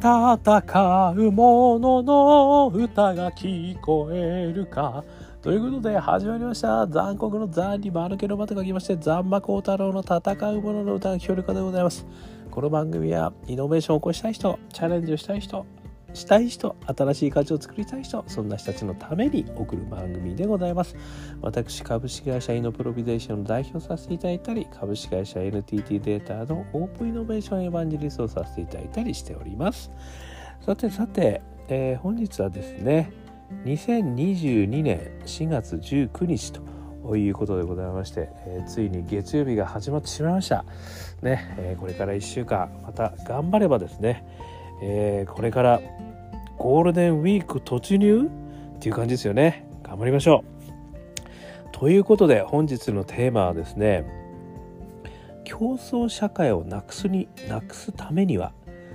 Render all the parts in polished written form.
戦う者の歌が聞こえるか。ということで始まりました。残酷の残に丸けの間と書きまして、残魔高太郎の戦う者の歌が聞こえるかでございます。この番組はイノベーションを起こしたい人、チャレンジをしたい人、新しい価値を作りたい人、そんな人たちのために送る番組でございます。私、株式会社イノプロビゼーションの代表させていただいたり、株式会社 NTT データのオープンイノベーションエヴァンジェリストをさせていただいたりしております。さて、本日はですね、2022年4月19日ということでございまして、ついに月曜日が始まってしまいましたね。これから1週間また頑張ればですね、これからゴールデンウィーク突入っていう感じですよね。頑張りましょう。ということで本日のテーマはですね、競争社会をなくすためには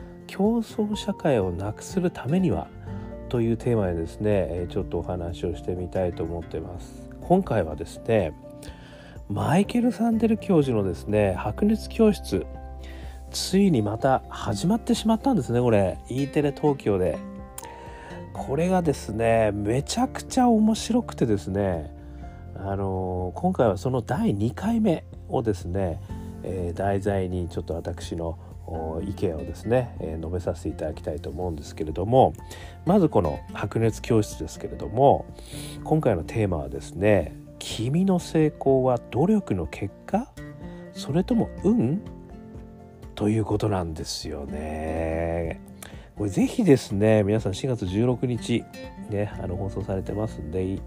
というテーマでですね、ちょっとお話をしてみたいと思っています。今回はですね、マイケル・サンデル教授のですね、白熱教室、ついにまた始まってしまったんですね。これ E テレ東京でこれがですね、めちゃくちゃ面白くてですね、今回はその第2回目をですね、題材にちょっと私の意見をですね、述べさせていただきたいと思うんですけれども、まずこの白熱教室ですけれども、今回のテーマはですね、君の成功は努力の結果？それとも運？ということなんですよね。これぜひですね、皆さん4月16日ね、放送されてますんで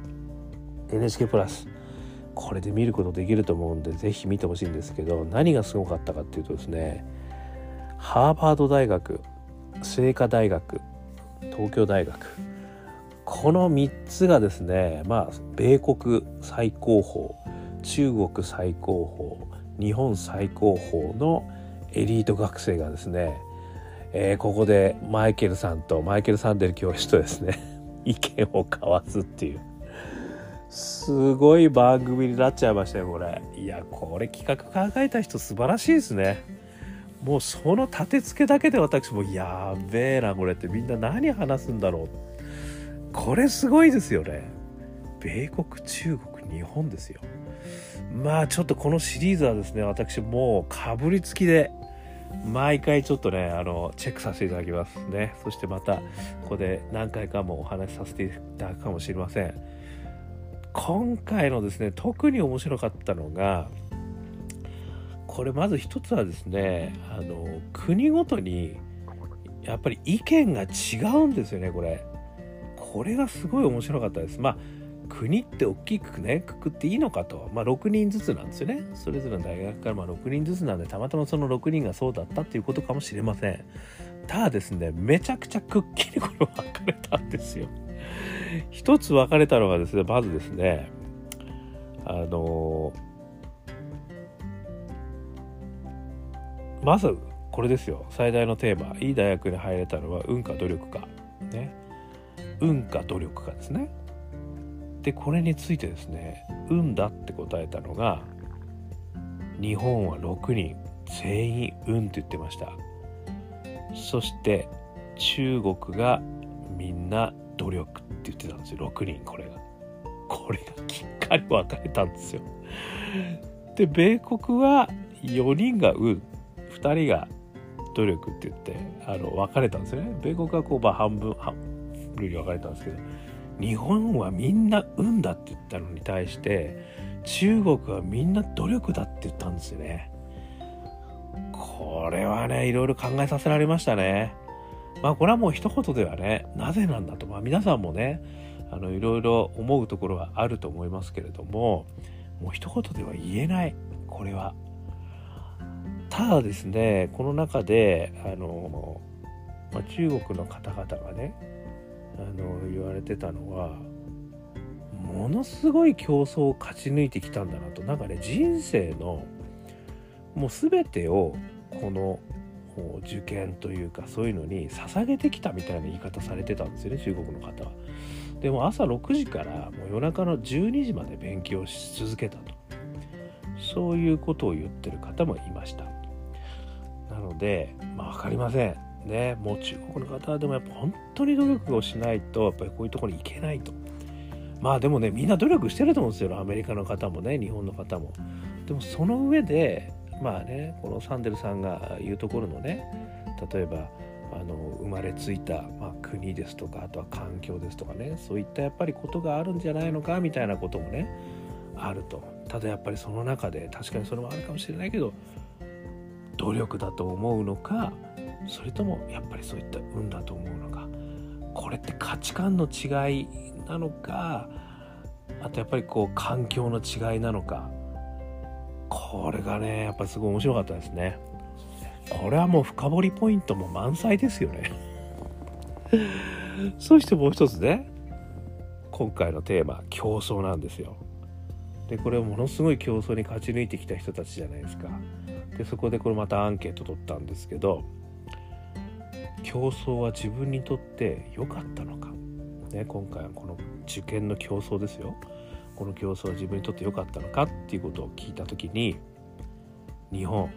NHK プラスこれで見ることできると思うんで、ぜひ見てほしいんですけど、何がすごかったかっていうとですね、ハーバード大学、清華大学、東京大学、この3つがですね、米国最高峰、中国最高峰、日本最高峰のエリート学生がですね、ここでマイケル・サンデル教授とですね意見を交わすっていうすごい番組になっちゃいましたよ。これこれ企画考えた人素晴らしいですね。もうその立て付けだけで私もやべえなこれって、みんな何話すんだろう、これすごいですよね。米国、中国、日本ですよ。ちょっとこのシリーズはですね、私もうかぶりつきで毎回ちょっとねチェックさせていただきますね。そしてまたここで何回かもお話しさせていただくかもしれません。今回のですね、特に面白かったのが、これまず一つはですね、国ごとにやっぱり意見が違うんですよね。これがすごい面白かったです。国って大きくねくくっていいのかと、6人ずつなんですよね。それぞれの大学から6人ずつなんで、たまたまその6人がそうだったっていうことかもしれません。ただですね、めちゃくちゃくっきりこれ分かれたんですよ。一つ分かれたのがですね、まずですね、まずこれですよ。最大のテーマ、いい大学に入れたのは運か努力かね、運か努力かですね。でこれについてですね、運だって答えたのが日本は6人全員運って言ってました。そして中国がみんな努力って言ってたんですよ。6人。これがきっかり分かれたんですよ。で米国は4人が運、2人が努力って言って分かれたんですよね。米国は半分に分かれたんですけど、日本はみんな運だって言ったのに対して中国はみんな努力だって言ったんですよね。これはね、いろいろ考えさせられましたね。これはもう一言ではね、なぜなんだと、皆さんもねいろいろ思うところはあると思いますけれども、もう一言では言えない。これはただですね、この中で中国の方々がね言われてたのは、ものすごい競争を勝ち抜いてきたんだなと。人生のもう全てをこの受験というかそういうのに捧げてきたみたいな言い方されてたんですよね、中国の方は。でも朝6時からもう夜中の12時まで勉強し続けたと、そういうことを言ってる方もいました。なので分かりませんね、もう中国の方はでもやっぱ本当に努力をしないとやっぱりこういうところに行けないと。まあでもね、みんな努力してると思うんですよ、アメリカの方もね、日本の方も。でもその上でまあね、このサンデルさんが言うところのね、例えば生まれついた、国ですとか、あとは環境ですとかね、そういったやっぱりことがあるんじゃないのかみたいなこともねあると。ただやっぱりその中で確かにそれもあるかもしれないけど、努力だと思うのか、それともやっぱりそういった運だと思うのか、これって価値観の違いなのか、あとやっぱりこう環境の違いなのか、これがねやっぱすごい面白かったですね。これはもう深掘りポイントも満載ですよねそしてもう一つね、今回のテーマ競争なんですよ。でこれはものすごい競争に勝ち抜いてきた人たちじゃないですか。でそこでこれまたアンケート取ったんですけど、競争は自分にとって良かったのか、ね、今回はこの受験の競争ですよ。この競争は自分にとって良かったのかっていうことを聞いたときに、日本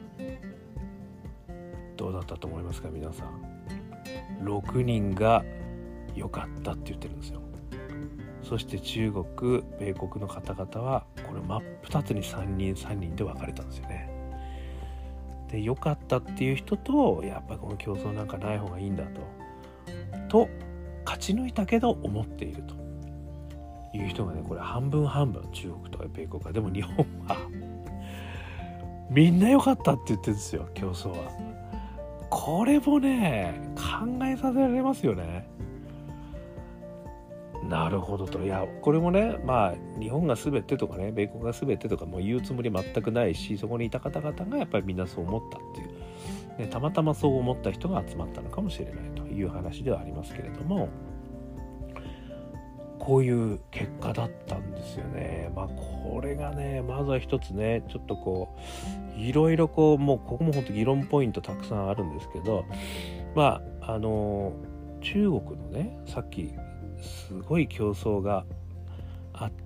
どうだったと思いますか皆さん。6人が良かったって言ってるんですよ。そして中国、米国の方々はこれ真っ二つに3人で分かれたんですよね。で良かったっていう人と、やっぱりこの競争なんかない方がいいんだと勝ち抜いたけど思っているという人がね、これ半分半分、中国とか米国は。でも日本はみんな良かったって言ってるんですよ、競争は。これもね考えさせられますよね。なるほどと。いやこれもね、日本が全てとかね、米国が全てとかもう言うつもり全くないし、そこにいた方々がやっぱりみんなそう思ったっていう、ね、たまたまそう思った人が集まったのかもしれないという話ではありますけれども、こういう結果だったんですよね。これがね、まずは一つね、ちょっとこういろいろこう、もうここも本当に議論ポイントたくさんあるんですけど、中国のね、さっきすごい競争があって、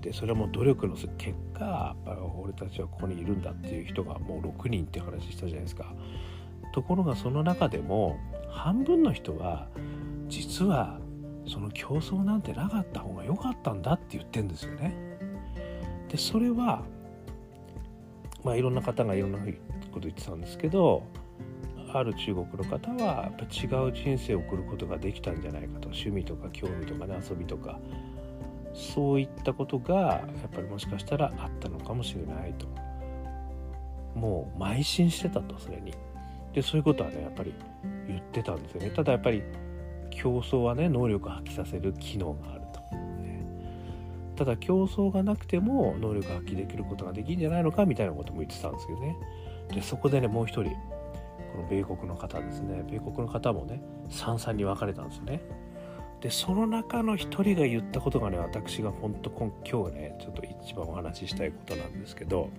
でそれはもう努力の結果、やっぱり俺たちはここにいるんだっていう人がもう6人って話したじゃないですか。ところがその中でも半分の人は実はその競争なんてなかった方が良かったんだって言ってるんですよね。でそれはいろんな方がいろんなこと言ってたんですけど、ある中国の方はやっぱ違う人生を送ることができたんじゃないかと。趣味とか興味とかね、遊びとかそういったことがやっぱりもしかしたらあったのかもしれないと。もう邁進してたと、それに。でそういうことはねやっぱり言ってたんですよね。ただやっぱり競争はね能力を発揮させる機能があると、ね、ただ競争がなくても能力を発揮できることができるんじゃないのかみたいなことも言ってたんですけどね。でそこでねもう一人、この米国の方ですね、米国の方もね3に分かれたんですよね。でその中の一人が言ったことがね、私が本当今日ねちょっと一番お話ししたいことなんですけど、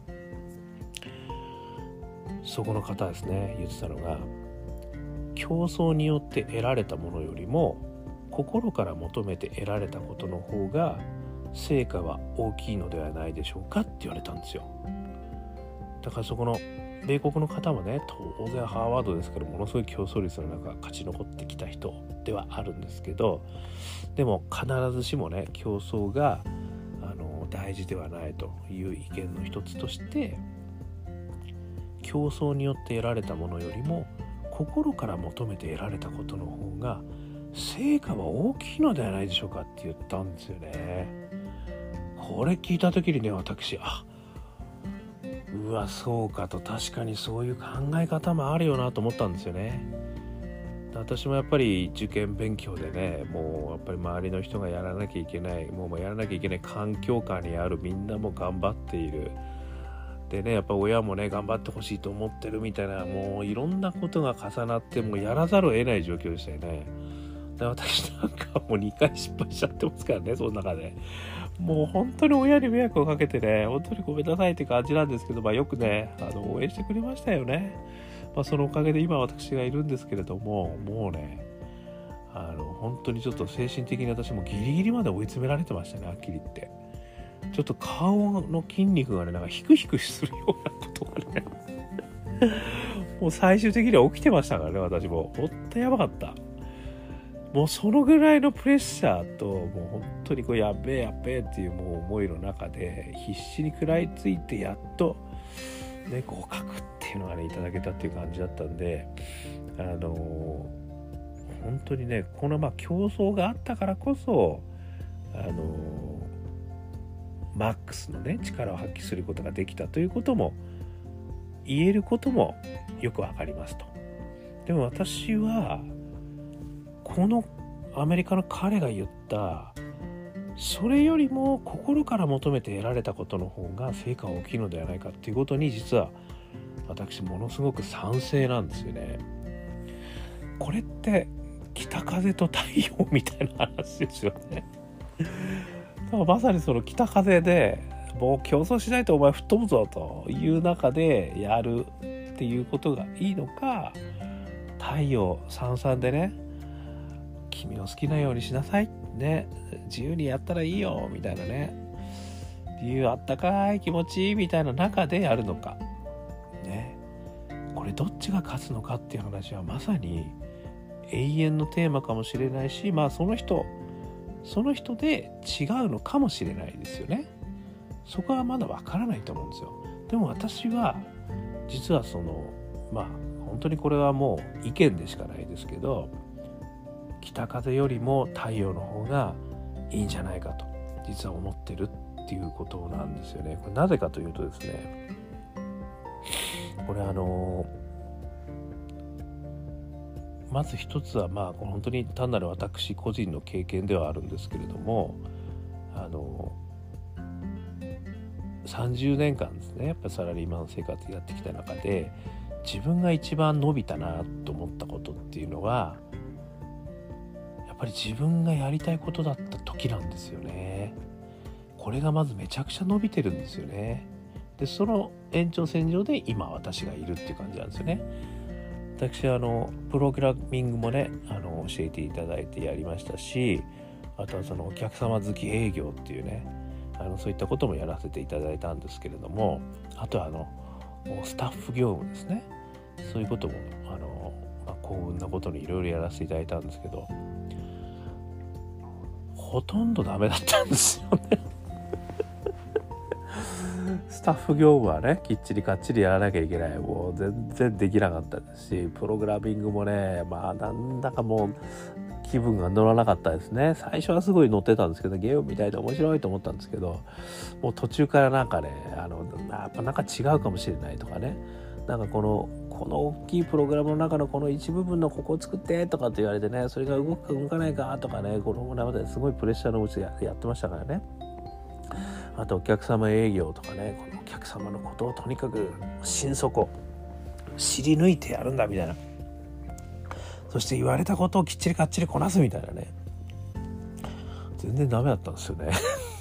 そこの方ですね言ってたのが、競争によって得られたものよりも心から求めて得られたことの方が成果は大きいのではないでしょうかって言われたんですよ。だからそこの米国の方もね、当然ハーバードですけどものすごい競争率の中勝ち残ってきた人ではあるんですけど、でも必ずしもね競争が大事ではないという意見の一つとして、競争によって得られたものよりも心から求めて得られたことの方が成果は大きいのではないでしょうかって言ったんですよね。これ聞いた時にね、私うわそうかと、確かにそういう考え方もあるよなと思ったんですよね。私もやっぱり受験勉強でね、もうやっぱり周りの人がやらなきゃいけない、もうやらなきゃいけない環境下にある、みんなも頑張っているでね、やっぱ親もね頑張ってほしいと思ってるみたいな、もういろんなことが重なってもうやらざるを得ない状況でしたよね。で私なんかもう2回失敗しちゃってますからね、その中でもう本当に親に迷惑をかけてね、本当にごめんなさいって感じなんですけど、よくね応援してくれましたよね。そのおかげで今私がいるんですけれども、もうね本当にちょっと精神的に私もギリギリまで追い詰められてましたね、はっきり言って。ちょっと顔の筋肉がねなんかヒクヒクするようなことがねもう最終的には起きてましたからね。私もほんとやばかった。もうそのぐらいのプレッシャーと、もう本当にこうやべえっていうもう思いの中で必死に食らいついて、やっとね合格っていうのがねいただけたっていう感じだったんで、本当にねこの競争があったからこそマックスのね力を発揮することができたということも言えることもよくわかりますと。でも私はこのアメリカの彼が言ったそれよりも心から求めて得られたことの方が成果は大きいのではないかっていうことに、実は私ものすごく賛成なんですよね。これって北風と太陽みたいな話ですよね。だからまさにその北風でもう競争しないとお前吹っ飛ぶぞという中でやるっていうことがいいのか、太陽さんさんでね君の好きなようにしなさいね、自由にやったらいいよみたいなね、いうあったかい気持ちみたいな中でやるのかね、これどっちが勝つのかっていう話はまさに永遠のテーマかもしれないし、その人で違うのかもしれないですよね。そこはまだわからないと思うんですよ。でも私は実は本当にこれはもう意見でしかないですけど、北風よりも太陽の方がいいんじゃないかと実は思ってるっていうことなんですよね。これなぜかというとですね、これまず一つは本当に単なる私個人の経験ではあるんですけれども、30年間ですねやっぱりサラリーマン生活やってきた中で自分が一番伸びたなと思ったことっていうのはやっぱり自分がやりたいことだった時なんですよね。これがまずめちゃくちゃ伸びてるんですよね。でその延長線上で今私がいるっていう感じなんですよね。私はプログラミングもね教えていただいてやりましたし、あとはそのお客様好き営業っていうねそういったこともやらせていただいたんですけれども、あとはスタッフ業務ですね、そういうことも幸運なことにいろいろやらせていただいたんですけど、ほとんどダメだったんですよねスタッフ業務はねきっちりかっちりやらなきゃいけない、もう全然できなかったですし、プログラミングもねなんだかもう気分が乗らなかったですね。最初はすごい乗ってたんですけど、ゲームみたいで面白いと思ったんですけど、もう途中からやっぱなんか違うかもしれないとかね、なんかこの大きいプログラムの中のこの一部分のここを作ってとかって言われてね、それが動くか動かないかとかね、この中ですごいプレッシャーのうちでやってましたからね。あとお客様営業とかね、このお客様のことをとにかく心底知り抜いてやるんだみたいな、そして言われたことをきっちりかっちりこなすみたいなね、全然ダメだったんですよね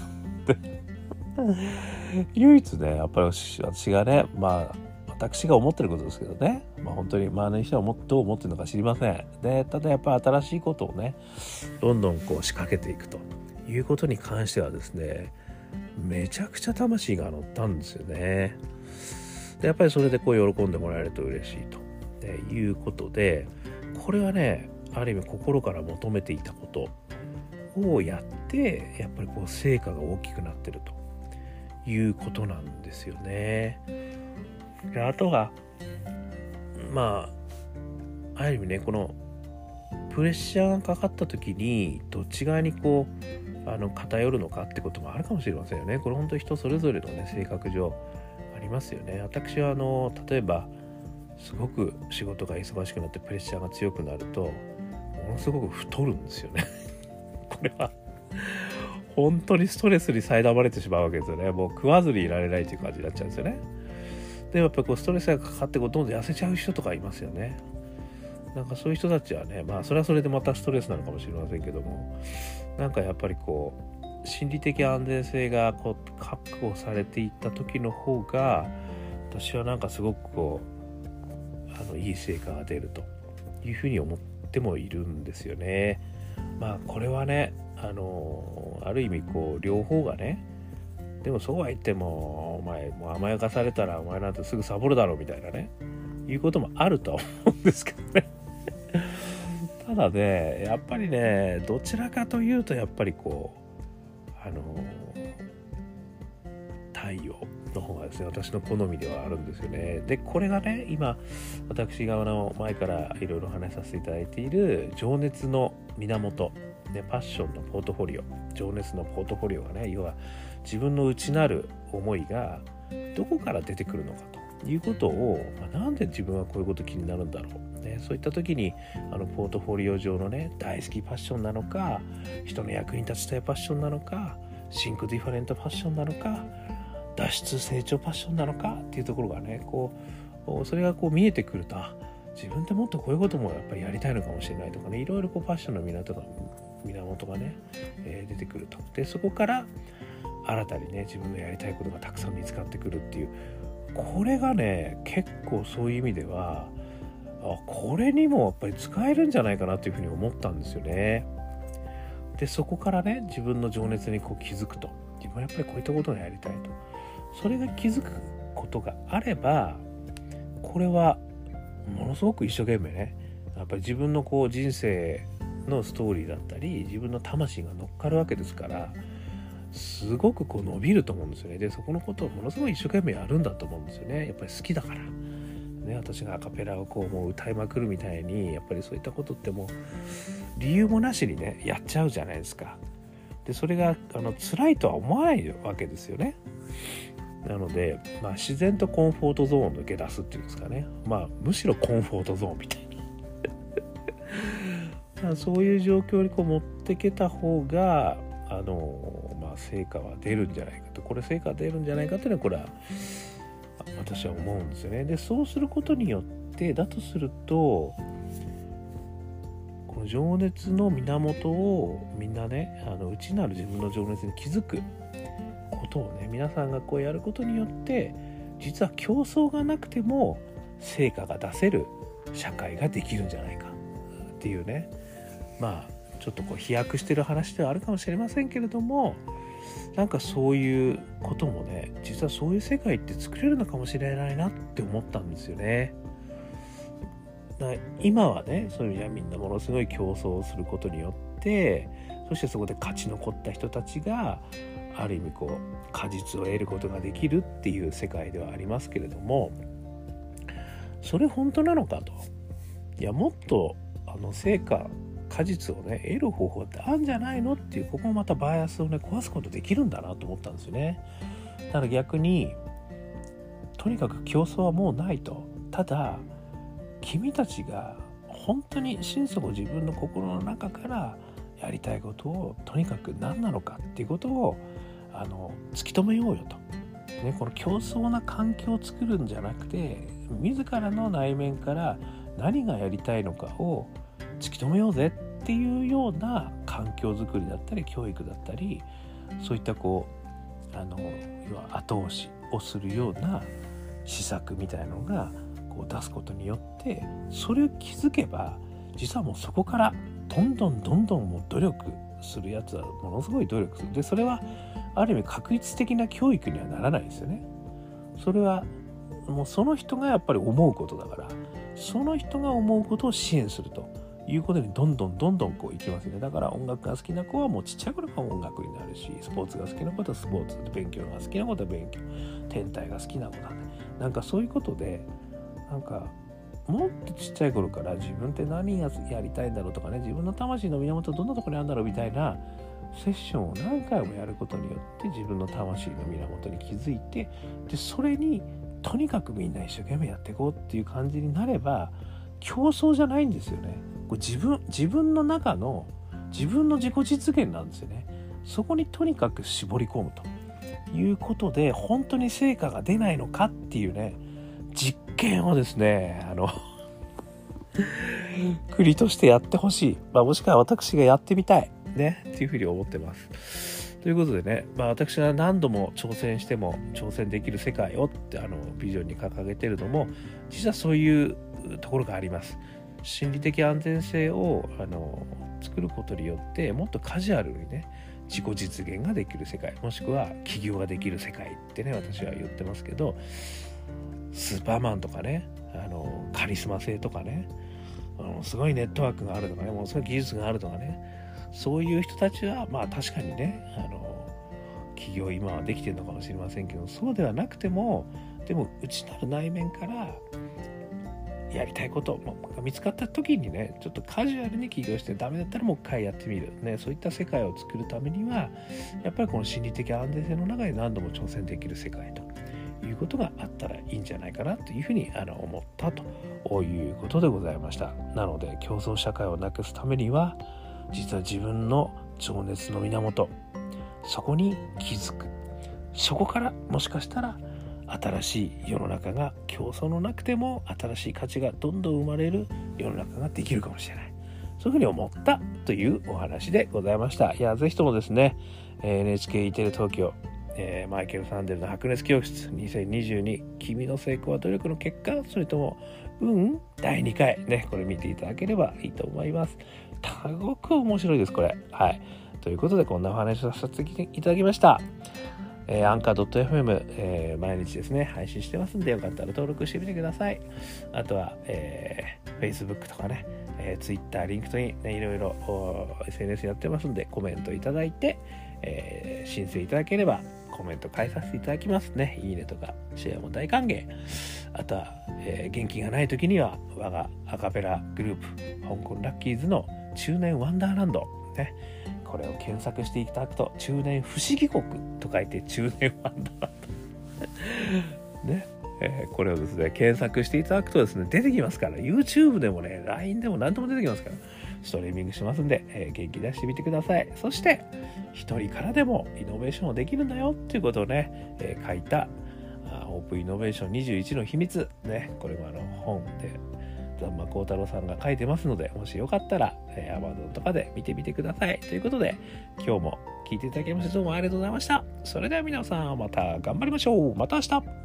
唯一ねやっぱり私がね私が思ってることですけどね、本当に周りの人はどう思ってるのか知りません。でただやっぱり新しいことをねどんどん仕掛けていくということに関してはですね、めちゃくちゃ魂が乗ったんですよね。でやっぱりそれで喜んでもらえると嬉しいということで、これはねある意味心から求めていたことをやってやっぱり成果が大きくなってるということなんですよね。であとはある意味ねこのプレッシャーがかかった時にどっち側に偏るのかってこともあるかもしれませんよね。これ本当に人それぞれのね性格上ありますよね。私は例えばすごく仕事が忙しくなってプレッシャーが強くなるとものすごく太るんですよねこれは本当にストレスに苛まれてしまうわけですよね。もう食わずにいられないっていう感じになっちゃうんですよね。でやっぱりストレスがかかってどんどん痩せちゃう人とかいますよね。なんかそういう人たちはねそれはそれでまたストレスなのかもしれませんけども、なんかやっぱり心理的安全性が確保されていった時の方が私はなんかすごくいい成果が出るというふうに思ってもいるんですよね。これはねある意味両方がね、でもそうは言ってもお前もう甘やかされたらお前なんてすぐサボるだろうみたいなね、 いうこともあるとは思うんですけどねただねやっぱりねどちらかというとやっぱりこう太陽の方がですね私の好みではあるんですよね。でこれがね今私が前からいろいろ話させていただいている情熱の源、ね、パッションのポートフォリオ、情熱のポートフォリオがね要は自分の内なる思いがどこから出てくるのかということを、なんで自分はこういうこと気になるんだろう、ね、そういった時にポートフォリオ上のね大好きパッションなのか、人の役に立ちたいパッションなのか、シンクディファレントパッションなのか、脱出成長パッションなのかっていうところがねこうそれがこう見えてくると、自分ってもっとこういうこともやっぱりやりたいのかもしれないとかね、いろいろこうパッションの源がね、出てくると。でそこから新たにね自分のやりたいことがたくさん見つかってくるっていう、これがね結構そういう意味ではこれにもやっぱり使えるんじゃないかなというふうに思ったんですよね。でそこからね自分の情熱にこう気づくと、自分はやっぱりこういったことがやりたいと、それが気づくことがあれば、これはものすごく一生懸命ねやっぱり自分のこう人生のストーリーだったり自分の魂が乗っかるわけですから、すごくこう伸びると思うんですよね。でそこのことをものすごい一生懸命やるんだと思うんですよね。やっぱり好きだからね、私がアカペラをこうもう歌いまくるみたいに、やっぱりそういったことってもう理由もなしにねやっちゃうじゃないですか。でそれが辛いとは思わないわけですよね。なので、自然とコンフォートゾーンを抜け出すっていうんですかね、むしろコンフォートゾーンみたいなそういう状況にこう持ってけた方が成果は出るんじゃないかと、これ成果出るんじゃないかというのはこれは私は思うんですよね。でそうすることによってだとすると、この情熱の源をみんなね内なる自分の情熱に気づくことをね皆さんがこうやることによって、実は競争がなくても成果が出せる社会ができるんじゃないかっていうね、ちょっとこう飛躍してる話ではあるかもしれませんけれども、なんかそういうこともね実はそういう世界って作れるのかもしれないなって思ったんですよね。今はねそういう意味ではみんなものすごい競争をすることによって、そしてそこで勝ち残った人たちがある意味こう果実を得ることができるっていう世界ではありますけれども、それ本当なのかと。いやもっと成果果実をね得る方法ってあるんじゃないのっていう、ここもまたバイアスをね壊すことできるんだなと思ったんですよね。だから逆にとにかく競争はもうないと。ただ君たちが本当に心底自分の心の中からやりたいことをとにかく何なのかっていうことを突き止めようよと、ね、この競争な環境を作るんじゃなくて、自らの内面から何がやりたいのかを突き止めようぜっていうような環境づくりだったり教育だったり、そういったこう要は後押しをするような施策みたいなのがこう出すことによって、それを気づけば実はもうそこからどんどんもう努力するやつはものすごい努力する。でそれはある意味確率的な教育にはならないですよね。それはもうその人がやっぱり思うことだから、その人が思うことを支援するということにどんどんこういきますよね。だから音楽が好きな子はもうちっちゃい頃から音楽になるし、スポーツが好きな子はスポーツ、勉強が好きな子は勉強、天体が好きな子だね。なんかそういうことでなんかもっとちっちゃい頃から自分って何がやりたいんだろうとかね、自分の魂の源どんなところにあるんだろうみたいなセッションを何回もやることによって自分の魂の源に気づいて、でそれにとにかくみんな一生懸命やっていこうっていう感じになれば、競争じゃないんですよね。これ自分の中の自分の自己実現なんですよね。そこにとにかく絞り込むということで、本当に成果が出ないのかっていうね実験をですね国としてやってほしい、もしくは私がやってみたいねっていうふうに思ってます。ということでね、私が何度も挑戦しても挑戦できる世界をってビジョンに掲げてるのも実はそういうところがあります。心理的安全性を作ることによってもっとカジュアルにね自己実現ができる世界、もしくは起業ができる世界ってね私は言ってますけど、スーパーマンとかねカリスマ性とかね、すごいネットワークがあるとかね、もうすごい技術があるとかね、そういう人たちはまあ確かにね、起業今はできてるのかもしれませんけど、そうではなくても、でも内なる内面からやりたいことが見つかった時にね、ちょっとカジュアルに起業して、ダメだったらもう一回やってみる、ね、そういった世界を作るためには、やっぱりこの心理的安定性の中で何度も挑戦できる世界ということがあったらいいんじゃないかなというふうに思ったということでございました。なので競争社会をなくすためには、実は自分の情熱の源、そこに気づく、そこからもしかしたら新しい世の中が、競争のなくても新しい価値がどんどん生まれる世の中ができるかもしれない、そういうふうに思ったというお話でございました。いや、ぜひともですね、NHK テレ東京、マイケル・サンデルの白熱教室2022、君の成功は努力の結果、それとも第2回ね、これ見ていただければいいと思います。すごく面白いですこれ。はい、ということでこんなお話をさせていただきました。アンカー .fm、毎日ですね配信してますんで、よかったら登録してみてください。あとは、Facebook とかね、Twitter、LinkedIn、ね、いろいろ SNS やってますんで、コメントいただいて、申請いただければコメント返させていただきますね。いいねとかシェアも大歓迎。あとは、元気がない時には我がアカペラグループ香港ラッキーズの中年ワンダーランド、ね、これを検索していただくと、中年不思議国と書いて中年ワンダーランドね、これをですね検索していただくとですね出てきますから、 YouTube でもね LINE でも何でも出てきますから、ストリーミングしますんで、元気出してみてください。そして一人からでもイノベーションをできるんだよっていうことをね、書いたオープンイノベーション21の秘密ね、これも本でざんまこうたろうさんが書いてますので、もしよかったら、Amazon とかで見てみてください。ということで今日も聞いていただきましてどうもありがとうございました。それでは皆さんまた頑張りましょう。また明日。